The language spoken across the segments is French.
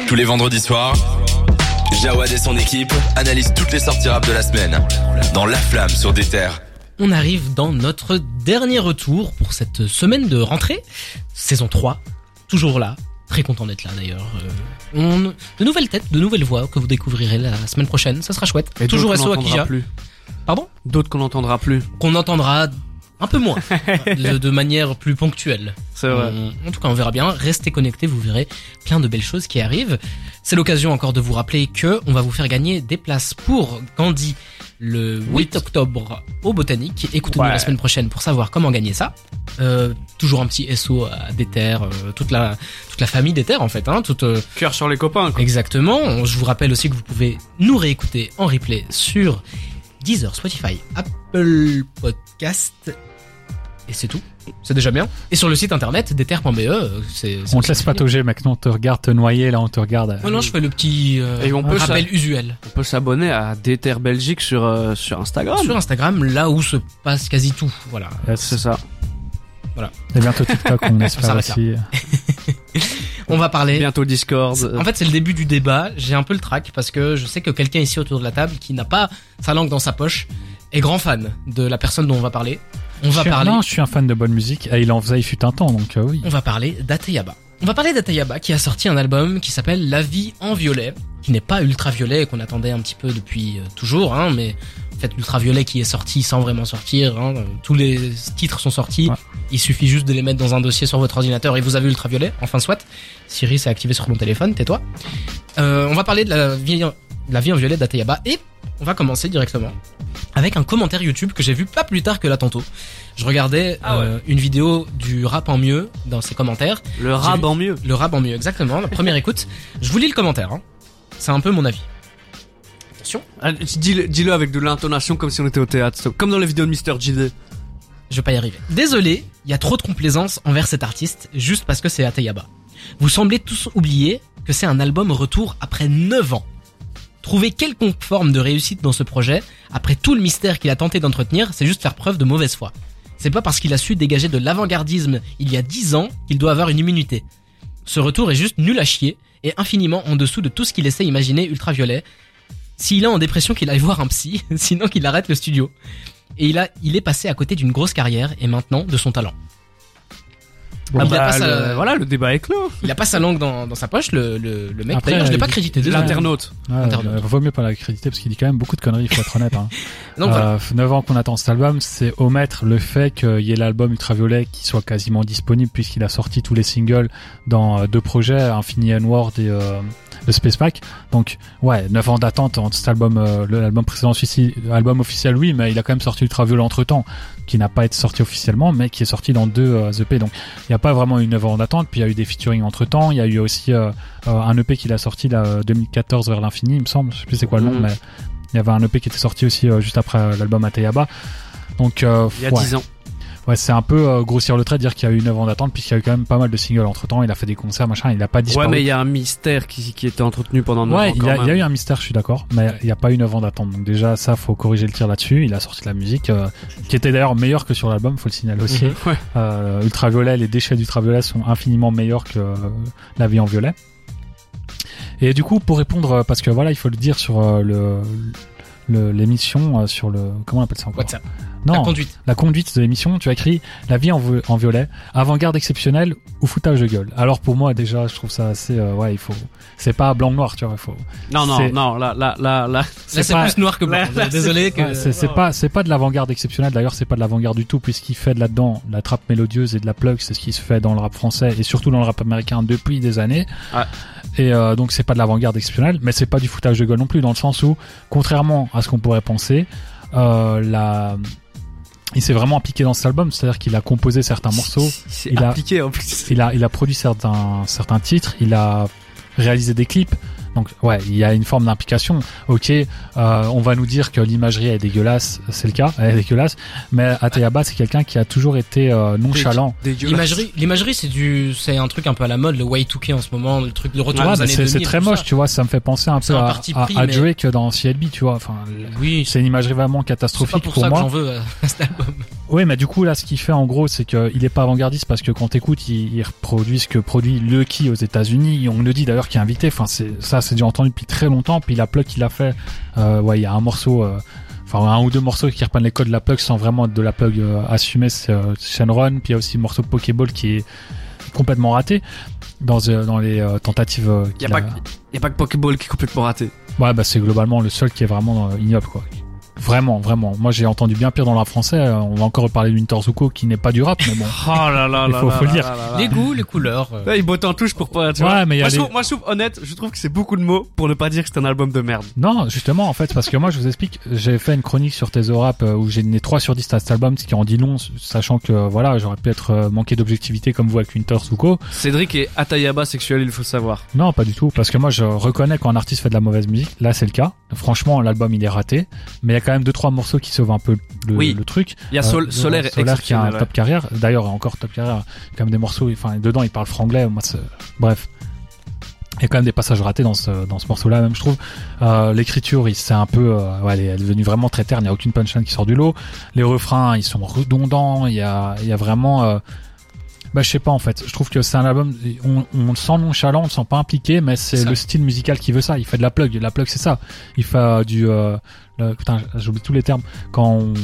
Tous les vendredis soirs, Jawad et son équipe analysent toutes les sorties rap de la semaine dans La Flamme sur des terres. On arrive dans notre dernier retour pour cette semaine de rentrée, saison 3, toujours là, très content d'être là d'ailleurs. De nouvelles têtes, de nouvelles voix que vous découvrirez la semaine prochaine, ça sera chouette. Et toujours SO Akija. Akija. Pardon ? D'autres qu'on n'entendra plus. Qu'on entendra un peu moins, de manière plus ponctuelle. C'est vrai. En tout cas, on verra bien. Restez connectés, vous verrez plein de belles choses qui arrivent. C'est l'occasion encore de vous rappeler que on va vous faire gagner des places pour Gandhi le 8 octobre au Botanique. Écoutez-nous la semaine prochaine pour savoir comment gagner ça. Toujours un petit SO à Déter, toute la famille Déter en fait, hein, Cœur sur les copains, quoi. Exactement. Je vous rappelle aussi que vous pouvez nous réécouter en replay sur Deezer, Spotify, Apple Podcast. Et c'est tout. C'est déjà bien. Et sur le site internet déter.be, on te laisse patauger, mec. Non, on te regarde te noyer, là, on te regarde. Oh non, je fais le petit et on peut rappel usuel. On peut s'abonner à Déter Belgique sur Instagram. Sur Instagram, là où se passe quasi tout. Voilà. Yes. C'est ça. Voilà. Et bientôt TikTok, on espère aussi. On va parler. Bientôt Discord. En fait, c'est le début du débat. J'ai un peu le trac parce que je sais que quelqu'un ici autour de la table qui n'a pas sa langue dans sa poche est grand fan de la personne dont on va parler. Je suis un fan de bonne musique. Et il en faisait, il fut un temps, donc oui. On va parler d'Ateyaba. On va parler d'Ateyaba qui a sorti un album qui s'appelle La Vie en Violet, qui n'est pas ultraviolet qu'on attendait un petit peu depuis toujours, hein, mais en fait ultraviolet qui est sorti sans vraiment sortir. Hein, tous les titres sont sortis. Ouais. Il suffit juste de les mettre dans un dossier sur votre ordinateur et vous avez ultraviolet. Enfin soit. Siri s'est activé sur mon téléphone. Tais-toi. On va parler de la vie en violet d'Ateyaba et on va commencer directement avec un commentaire YouTube que j'ai vu pas plus tard que là tantôt. Je regardais une vidéo du rap en mieux dans ses commentaires. Le rap en mieux. Le rap en mieux, exactement. La première écoute. Je vous lis le commentaire. Hein. C'est un peu mon avis. Attention. Dis-le avec de l'intonation comme si on était au théâtre. Comme dans les vidéos de Mr. JD. Je vais pas y arriver. Désolé, il y a trop de complaisance envers cet artiste juste parce que c'est Ateyaba. Vous semblez tous oublier que c'est un album retour après 9 ans. Trouver quelconque forme de réussite dans ce projet, après tout le mystère qu'il a tenté d'entretenir, c'est juste faire preuve de mauvaise foi. C'est pas parce qu'il a su dégager de l'avant-gardisme il y a 10 ans qu'il doit avoir une immunité. Ce retour est juste nul à chier et infiniment en dessous de tout ce qu'il essaie d'imaginer ultraviolet. S'il est en dépression, qu'il aille voir un psy, sinon qu'il arrête le studio. Et il est passé à côté d'une grosse carrière et maintenant de son talent. Bon, voilà, le débat est clos. Il a pas sa langue dans sa poche, le mec. Après, d'ailleurs, je l'ai pas crédité. L'internaute. Vaut mieux pas l'accréditer parce qu'il dit quand même beaucoup de conneries, il faut être honnête. Hein. Donc, voilà. 9 ans qu'on attend cet album, c'est omettre le fait qu'il y ait l'album Ultraviolet qui soit quasiment disponible puisqu'il a sorti tous les singles dans 2 projets, Infinity N-Word et le Space Pack. Donc, 9 ans d'attente entre cet album, l'album précédent, album officiel, oui, mais il a quand même sorti Ultraviolet entre temps, qui n'a pas été sorti officiellement, mais qui est sorti dans 2 EP. Donc, il n'y a pas vraiment eu 9 ans d'attente. Puis, il y a eu des featuring entre temps. Il y a eu aussi un EP qu'il a sorti là, 2014 vers l'infini, il me semble. Je sais plus c'est quoi le nom, mais il y avait un EP qui était sorti aussi juste après l'album Ateyaba. Donc, il y a 10 ans. Ouais, c'est un peu grossir le trait de dire qu'il y a eu 9 ans d'attente puisqu'il y a eu quand même pas mal de singles entre temps. Il a fait des concerts, machin, il a pas disparu. Ouais, mais il y a un mystère qui était entretenu pendant 9 ans. Ouais, il y a eu un mystère, je suis d'accord, mais il y a pas eu 9 ans d'attente. Donc déjà, ça, faut corriger le tir là-dessus. Il a sorti de la musique, qui était d'ailleurs meilleure que sur l'album, faut le signaler aussi. Ultraviolet, les déchets d'Ultraviolet sont infiniment meilleurs que La Vie en Violet. Et du coup, pour répondre, parce que voilà, il faut le dire sur l'émission, sur le, comment on appelle ça encore? WhatsApp. Non, la conduite de l'émission, tu as écrit La Vie en violet, avant-garde exceptionnelle ou foutage de gueule. Alors pour moi déjà, je trouve ça assez il faut, c'est pas blanc-noir, tu vois, il faut. Non, là c'est plus noir que blanc. Désolé que c'est pas de l'avant-garde exceptionnelle, d'ailleurs, c'est pas de l'avant-garde du tout puisqu'il fait de là-dedans la trappe mélodieuse et de la plug, c'est ce qui se fait dans le rap français et surtout dans le rap américain depuis des années. Ouais. Et donc c'est pas de l'avant-garde exceptionnelle, mais c'est pas du foutage de gueule non plus, dans le sens où, contrairement à ce qu'on pourrait penser, il s'est vraiment impliqué dans cet album, c'est-à-dire qu'il a composé certains morceaux, il a produit certains titres, il a réalisé des clips. Donc il y a une forme d'implication. Ok, on va nous dire que l'imagerie est dégueulasse, c'est le cas, elle est dégueulasse. Mais Ateyaba, c'est quelqu'un qui a toujours été nonchalant. L'imagerie, c'est un truc un peu à la mode, le Y2K en ce moment, le truc de retour aux années 2000. C'est très moche, tu vois. Ça me fait penser un peu à Drake dans CLB, tu vois. Enfin, oui, c'est une imagerie vraiment catastrophique pour moi. C'est pas pour ça que j'en veux à cet album. Oui, mais du coup, là, ce qu'il fait, en gros, c'est qu'il est pas avant-gardiste parce que quand t'écoutes, il reproduit ce que produit Lucky aux États-Unis. On le dit d'ailleurs qu'il est invité. Enfin, c'est déjà entendu depuis très longtemps. Puis la plug qu'il a fait, il y a un morceau, un ou deux morceaux qui reprennent les codes de la plug sans vraiment être de la plug assumée, c'est Shenron. Puis il y a aussi le morceau de Pokéball qui est complètement raté dans les tentatives. Y a pas que Pokéball qui est complètement raté. Ouais, bah c'est globalement le seul qui est vraiment ignoble, quoi. Vraiment. Moi, j'ai entendu bien pire dans le rap français. On va encore reparler de Winter Zuko qui n'est pas du rap, mais bon. Oh là là là. Faut le dire. Les goûts, les couleurs. Là, il botte en touche pour pas, tu Ouais, vois. mais Moi, je trouve honnête, je trouve que c'est beaucoup de mots pour ne pas dire que c'est un album de merde. Non, justement, en fait, parce que moi, je vous explique, j'ai fait une chronique sur Tezo Rap où j'ai donné 3 sur 10 à cet album, ce qui en dit long, sachant que, voilà, j'aurais pu être manqué d'objectivité comme vous avec Winter Zuko. Cédric est Atayaba sexuel, il faut le savoir. Non, pas du tout, parce que moi, je reconnais quand un artiste fait de la mauvaise musique. Là, c'est le cas. Franchement, l'album, il est raté. Mais il y a quand même 2-3 morceaux qui sauvent un peu le truc. Il y a Solaire qui a un top carrière. D'ailleurs, encore top carrière. Il y a quand même des morceaux, enfin, dedans, il parle franglais. Moi, bref. Il y a quand même des passages ratés dans ce morceau-là, même, je trouve. L'écriture, c'est un peu, elle est devenue vraiment très terne. Il n'y a aucune punchline qui sort du lot. Les refrains, ils sont redondants. Il y a vraiment, je sais pas, en fait. Je trouve que c'est un album, on le sent nonchalant, on le sent pas impliqué, mais c'est le style musical qui veut ça. Il fait de la plug. La plug, c'est ça. Il fait putain, j'oublie tous les termes. Quand on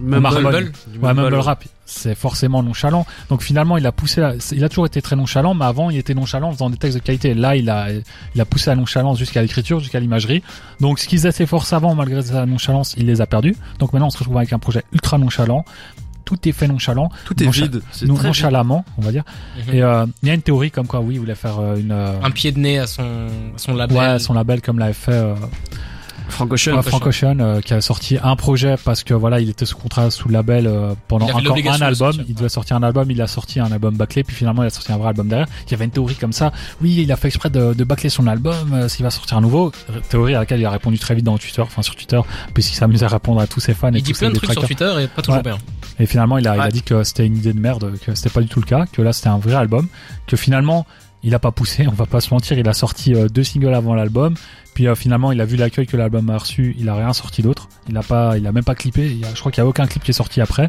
mumble rap. C'est forcément nonchalant. Donc finalement, il a toujours été très nonchalant, mais avant, il était nonchalant en faisant des textes de qualité. Là, il a poussé la nonchalance jusqu'à l'écriture, jusqu'à l'imagerie. Donc, ce qu'ils faisaient ses forces avant, malgré sa nonchalance, il les a perdus. Donc maintenant, on se retrouve avec un projet ultra nonchalant. Tout est fait nonchalant. Tout est vide. C'est très nonchalamment, on va dire. Et il y a une théorie comme quoi, oui, il voulait faire un pied de nez à son label. Ouais, son label comme l'avait fait Frank Ocean, qui a sorti un projet parce que voilà, il était sous contrat sous le label pendant encore un album. Il devait sortir un album, il a sorti un album bâclé, puis finalement il a sorti un vrai album derrière. Il y avait une théorie comme ça. Oui, il a fait exprès de bâcler son album s'il va sortir un nouveau. Théorie à laquelle il a répondu très vite sur Twitter, puisqu'il s'amuse à répondre à tous ses fans. Il dit plein de trucs sur Twitter et pas toujours bien. Et finalement, il a dit que c'était une idée de merde, que c'était pas du tout le cas, que là c'était un vrai album, que finalement il a pas poussé, on va pas se mentir, il a sorti 2 singles avant l'album, puis finalement il a vu l'accueil que l'album a reçu, il a rien sorti d'autre, il a même pas clippé, je crois qu'il y a aucun clip qui est sorti après.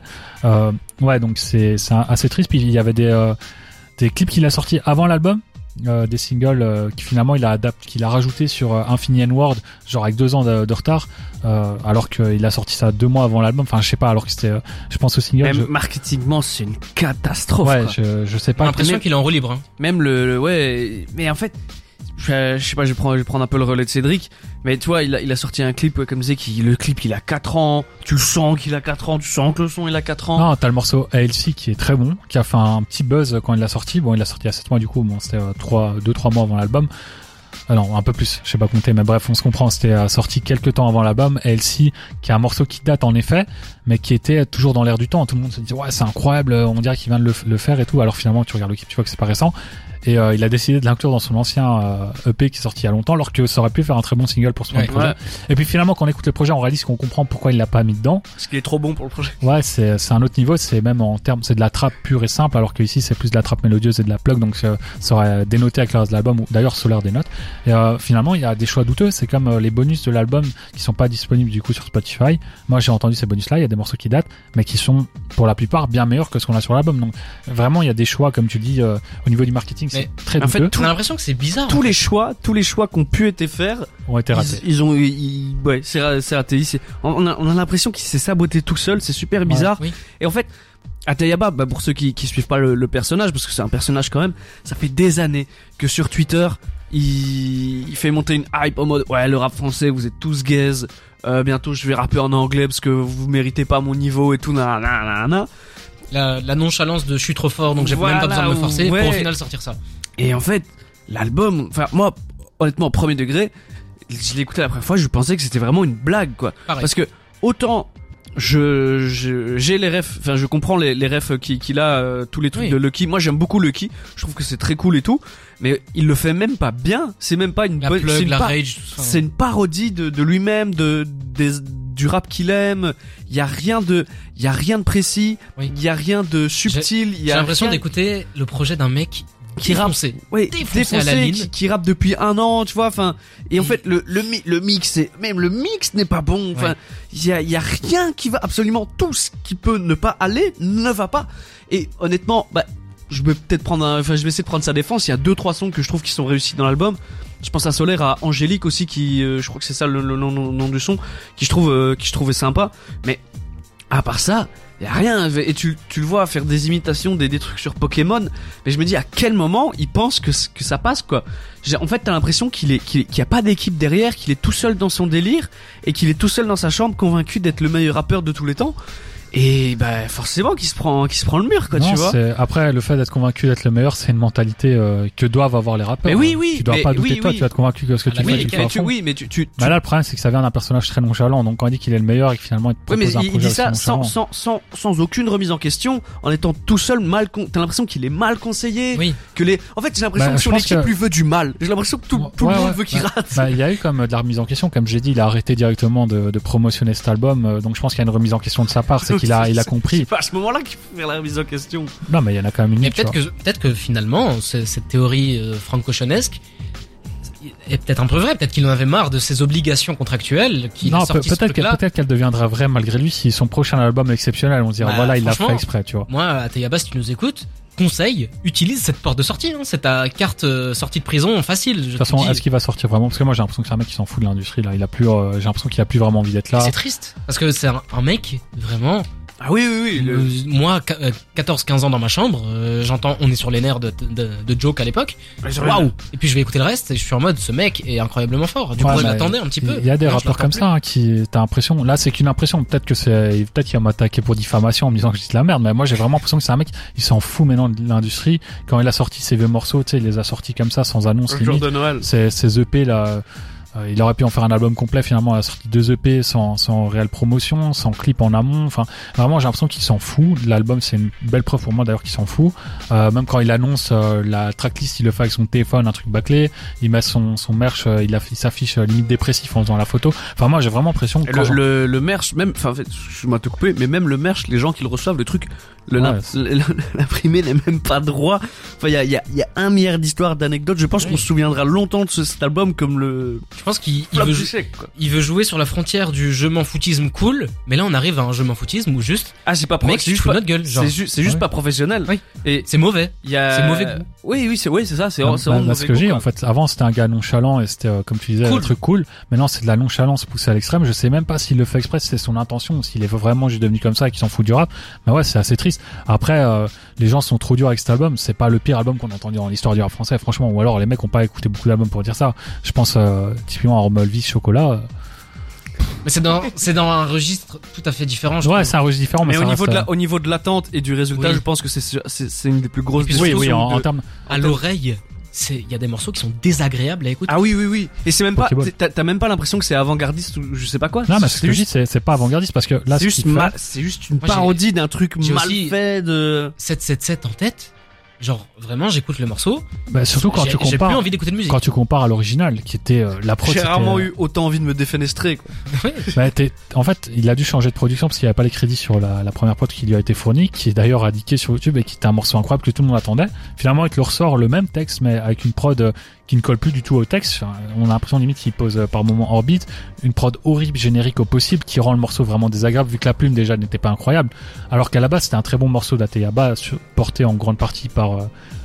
Donc c'est assez triste. Puis il y avait des clips qu'il a sortis avant l'album, des singles qui finalement qu'il a rajouté sur Infini N-Word, genre avec 2 ans de retard, alors qu'il a sorti ça 2 mois avant l'album. Enfin, je sais pas, alors que c'était, je pense au single. Même marketingement, c'est une catastrophe. Ouais, quoi. je sais pas. J'ai l'impression qu'il est en roue libre. Hein. Même mais en fait, je sais pas, je vais prendre un peu le relais de Cédric, mais tu vois, il a sorti un clip, comme disait, le clip il a 4 ans, tu le sens qu'il a 4 ans, tu sens que le son il a 4 ans. Non, t'as le morceau ALC qui est très bon, qui a fait un petit buzz quand il l'a sorti. Bon, il l'a sorti à 7 mois du coup, bon, c'était 2-3 mois avant l'album. Non, un peu plus, je sais pas compter, mais bref, on se comprend, c'était sorti quelques temps avant l'album. ALC, qui est un morceau qui date en effet, mais qui était toujours dans l'air du temps. Tout le monde se dit, ouais, c'est incroyable, on dirait qu'il vient de le faire et tout. Alors finalement, tu regardes le clip, tu vois que c'est pas récent. Et il a décidé de l'inclure dans son ancien EP qui est sorti il y a longtemps, alors que ça aurait pu faire un très bon single pour ce projet. Ouais. Et puis finalement, quand on écoute le projet, on réalise qu'on comprend pourquoi il l'a pas mis dedans. Parce qu'il est trop bon pour le projet. Ouais, c'est un autre niveau, c'est même en termes, c'est de la trappe pure et simple, alors que ici c'est plus de la trappe mélodieuse et de la plug, donc ça aurait dénoté avec le reste de l'album, ou d'ailleurs Solaire dénote. Et finalement, il y a des choix douteux, c'est comme les bonus de l'album qui sont pas disponibles du coup sur Spotify. Moi, j'ai entendu ces bonus-là, il y a des morceaux qui datent, mais qui sont pour la plupart bien meilleurs que ce qu'on a sur l'album. Donc vraiment, il y a des choix, comme tu dis, au niveau du marketing, c'est très douteux. En fait, on a l'impression que c'est bizarre. Tous les choix qui ont pu être faits ont été ratés. C'est raté. On a l'impression qu'il s'est saboté tout seul. C'est super bizarre. Ouais, oui. Et en fait, Atayaba, pour ceux qui suivent pas le personnage, parce que c'est un personnage quand même, ça fait des années que sur Twitter, il fait monter une hype en mode, ouais, le rap français, vous êtes tous gays. Bientôt, je vais rapper en anglais parce que vous méritez pas mon niveau et tout. Nanana. La nonchalance de je suis trop fort, donc j'ai même pas besoin de me forcer pour au final sortir ça. Et en fait, l'album, enfin moi, honnêtement, au premier degré, je l'ai écouté la première fois, je pensais que c'était vraiment une blague, quoi. Pareil. Parce que autant j'ai les refs, enfin je comprends les refs qu'il a, tous les trucs de Lucky. Moi j'aime beaucoup Lucky, je trouve que c'est très cool et tout, mais il le fait même pas bien. C'est même pas une la plug, la rage, tout ça. C'est une parodie de lui-même, du rap qu'il aime. Il y a rien de précis, il y a rien de subtil. J'ai l'impression d'écouter le projet d'un mec qui rappe, Défoncé. ouais, Défoncé à la ligne. qui rappe depuis 1 an, tu vois, enfin, et en fait, le mix, même le mix n'est pas bon, enfin, il y a rien qui va, absolument tout ce qui peut ne pas aller, ne va pas, et honnêtement, bah, je vais essayer de prendre sa défense, il y a 2-3 sons que je trouve qui sont réussis dans l'album. Je pense à Solaire, à Angélique aussi, qui, je crois que c'est ça le nom du son, qui je trouvais sympa, mais, à part ça, y a rien, et tu le vois faire des imitations, des trucs sur Pokémon, mais je me dis à quel moment il pense que ça passe, quoi. En fait, t'as l'impression qu'il y a pas d'équipe derrière, qu'il est tout seul dans son délire, et qu'il est tout seul dans sa chambre, convaincu d'être le meilleur rappeur de tous les temps. Et bah forcément qu'il se prend le mur, quoi. Non, tu vois. Après, le fait d'être convaincu d'être le meilleur, c'est une mentalité que doivent avoir les rappeurs. Mais oui, tu dois pas douter de toi, tu vas être convaincu que ce que tu fais, tu fais à fond. Oui, mais Bah là, le problème, c'est que ça vient d'un personnage très nonchalant. Donc quand il dit qu'il est le meilleur et que finalement il te propose un projet, il dit ça sans aucune remise en question, en étant tout seul t'as l'impression qu'il est mal conseillé. Oui. En fait, j'ai l'impression que son équipe lui veut du mal. J'ai l'impression que tout le monde veut qu'il rate. Bah il y a eu comme de la remise en question, comme j'ai dit, il a arrêté directement de promotionner cet album. Donc je pense qu'il y a une remise en question de sa part, c'est qu'il a compris. C'est pas à ce moment-là qu'il faut faire la remise en question. Non, mais il y en a quand même une. Mais peut-être que finalement, cette théorie franco-chonesque est peut-être un peu vraie. Peut-être qu'il en avait marre de ses obligations contractuelles. Peut-être qu'elle deviendra vraie malgré lui si son prochain album est exceptionnel. On se dira voilà, il l'a fait exprès, tu vois. Moi, Ateyaba, si tu nous écoutes, conseil, utilise cette porte de sortie. Hein. C'est ta carte sortie de prison facile. De toute façon, est-ce qu'il va sortir vraiment? Parce que moi, j'ai l'impression que c'est un mec qui s'en fout de l'industrie. Là, j'ai l'impression qu'il a plus vraiment envie d'être là. C'est triste parce que c'est un mec vraiment. Ah oui. Moi, 14-15 ans dans ma chambre, j'entends on est sur les nerfs de Joke à l'époque. Waouh. Et puis je vais écouter le reste et je suis en mode ce mec est incroyablement fort. Du coup, je l'attendais un petit peu. Il y a des rappeurs comme ça qui t'as l'impression. Là, c'est qu'une impression. Peut-être qu'il va m'attaquer pour diffamation en me disant que je dis de la merde. Mais moi, j'ai vraiment l'impression que c'est un mec. Il s'en fout maintenant de l'industrie. Quand il a sorti ses vieux morceaux, tu sais, il les a sortis comme ça sans annonce. Le jour de Noël. Ces EP là. Il aurait pu en faire un album complet, finalement, il a sorti 2 EP sans réelle promotion, sans clip en amont. Enfin, vraiment, j'ai l'impression qu'il s'en fout. L'album, c'est une belle preuve pour moi, d'ailleurs, qu'il s'en fout. Même quand il annonce la tracklist, il le fait avec son téléphone, un truc bâclé. Il met son merch, il s'affiche limite dépressif en faisant la photo. Enfin, moi, j'ai vraiment l'impression que le merch, même, enfin, en fait, je m'en te coupé, mais même le merch, les gens qui le reçoivent, le truc, l'imprimé n'est même pas droit. Enfin, il y a 1 milliard d'histoires, d'anecdotes. Je pense qu'on se souviendra longtemps de cet album comme je pense qu'il veut jouer sur la frontière du je m'en foutisme cool, mais là on arrive à un je m'en foutisme où juste c'est pas mec, tu fous notre gueule, genre. C'est juste pas professionnel. Oui. Et c'est mauvais. C'est mauvais goût. Oui, c'est ça, c'est ce que j'ai en fait. Avant c'était un gars nonchalant et c'était comme tu disais un truc cool. Maintenant c'est de la nonchalance poussée à l'extrême. Je sais même pas s'il le fait exprès, si c'est son intention, s'il est vraiment juste devenu comme ça et qu'il s'en fout du rap. Mais ouais, c'est assez triste. Après les gens sont trop durs avec cet album, c'est pas le pire album qu'on a entendu dans l'histoire du rap français franchement, ou alors les mecs ont pas écouté beaucoup d'albums pour dire ça. Je pense typiquement à Elvis Chocolat. Mais c'est dans un registre tout à fait différent. C'est un registre différent, mais au niveau de l'attente et du résultat, je pense que c'est une des plus grosses. Oui, en termes à l'oreille. Il y a des morceaux qui sont désagréables à écouter. Ah oui. Et c'est même pas, t'as même pas l'impression que c'est avant-gardiste ou je sais pas quoi. Non, mais c'est juste, c'est pas avant-gardiste parce que là, c'est juste une parodie d'un truc mal fait de 777 en tête. Genre vraiment j'écoute le morceau. Bah surtout quand tu compares. J'ai plus envie d'écouter de musique. Quand tu compares à l'original qui était la prod. J'ai rarement eu autant envie de me défenestrer quoi. Bah en fait, il a dû changer de production parce qu'il n'y avait pas les crédits sur la première prod qui lui a été fournie, qui est d'ailleurs indiquée sur YouTube et qui était un morceau incroyable que tout le monde attendait. Finalement, il te le ressort le même texte mais avec une prod qui ne colle plus du tout au texte. Enfin, on a l'impression limite qu'il pose par moment orbite, une prod horrible, générique au possible, qui rend le morceau vraiment désagréable vu que la plume déjà n'était pas incroyable. Alors qu'à la base c'était un très bon morceau d'Ateyaba, porté en grande partie par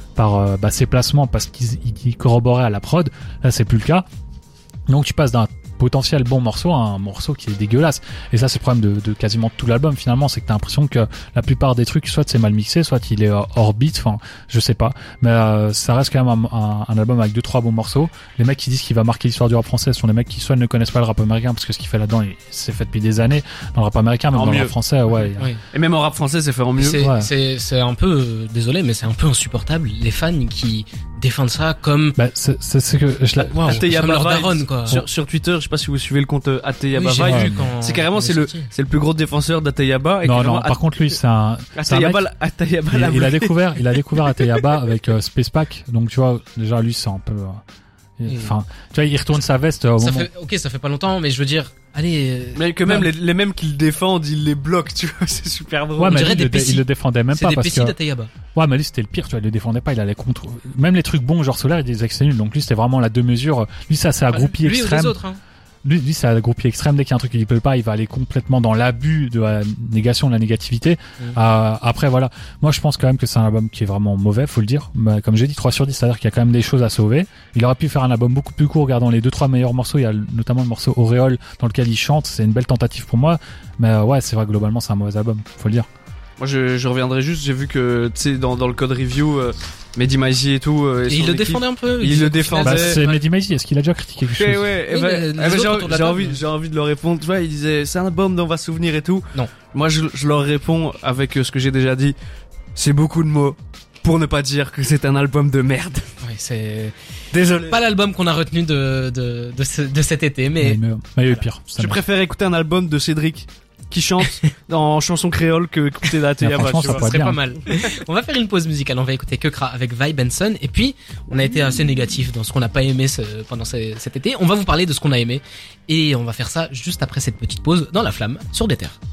ses placements parce qu'il corroborait à la prod. Là c'est plus le cas. Donc tu passes d'un potentiel bon morceau à un morceau qui est dégueulasse. Et ça c'est le problème de quasiment tout l'album finalement, c'est que t'as l'impression que la plupart des trucs soit c'est mal mixé, soit il est hors beat, enfin je sais pas. Mais ça reste quand même un album avec 2-3 bons morceaux. Les mecs qui disent qu'il va marquer l'histoire du rap français sont des mecs qui soit ne connaissent pas le rap américain parce que ce qu'il fait là-dedans c'est fait depuis des années dans le rap américain, même dans le rap français oui. Et même en rap français c'est fait en mieux. C'est un peu désolé mais c'est un peu insupportable les fans qui défendent ça comme c'est ce que Ateyaba leur daronne quoi. Sur Twitter, je sais pas si vous suivez le compte Ateyaba Vibe. C'est carrément c'est le plus gros défenseur d'Ateyaba. Non, par contre lui c'est un Ateyaba il a découvert Ateyaba avec Space Pack. Donc tu vois déjà lui c'est un peu Enfin, tu vois, il retourne sa veste au moment. Ça fait pas longtemps, mais je veux dire, allez. Mais que même les mêmes qui le défendent, ils les bloquent, tu vois, c'est super drôle. Ouais, mais dirait lui, des il le défendait même C'est pas des parce pessis que. d'Ateyaba. Ouais, mais lui c'était le pire, tu vois, il le défendait pas, il allait contre. Même les trucs bons, genre Solaire, il disait que c'était nul. Donc lui c'était vraiment la deux-mesures. Lui ça c'est accroupi Lui ou extrême. les autres, hein. Lui c'est accroupi extrême. Dès qu'il y a un truc qui lui plaît pas, il va aller complètement dans l'abus de la négation, de la négativité. Après voilà, moi je pense quand même que c'est un album qui est vraiment mauvais, faut le dire. Mais, comme j'ai dit 3 sur 10, c'est-à-dire qu'il y a quand même des choses à sauver. Il aurait pu faire un album beaucoup plus court, regardant les 2-3 meilleurs morceaux. Il y a notamment le morceau Auréole dans lequel il chante. C'est une belle tentative pour moi. Mais ouais, c'est vrai globalement c'est un mauvais album, faut le dire. Moi je reviendrai juste, j'ai vu que tu sais dans le code review Mehdi Maizi et tout Et il le défendait un peu. Il le défendait. Bah, c'est Mehdi Maizi, est-ce qu'il a déjà critiqué quelque chose? Ouais, j'ai envie de leur répondre. Tu vois, il disait c'est un album dont on va se souvenir et tout. Non. Moi je leur réponds avec ce que j'ai déjà dit. C'est beaucoup de mots pour ne pas dire que c'est un album de merde. Ouais, c'est Désolé. pas l'album qu'on a retenu de cet été, mais Mais il y a eu pire. Je préfère écouter un album de Cédric qui chante en chanson créole que écouter d'Ateyaba. franchement, Tu ça vois. ce serait bien. pas mal. On va faire une pause musicale, on va écouter Kekra avec Vi Benson, et puis on a été assez négatif dans ce qu'on n'a pas aimé pendant cet été. On va vous parler de ce qu'on a aimé, et on va faire ça juste après cette petite pause dans la flamme sur des terres.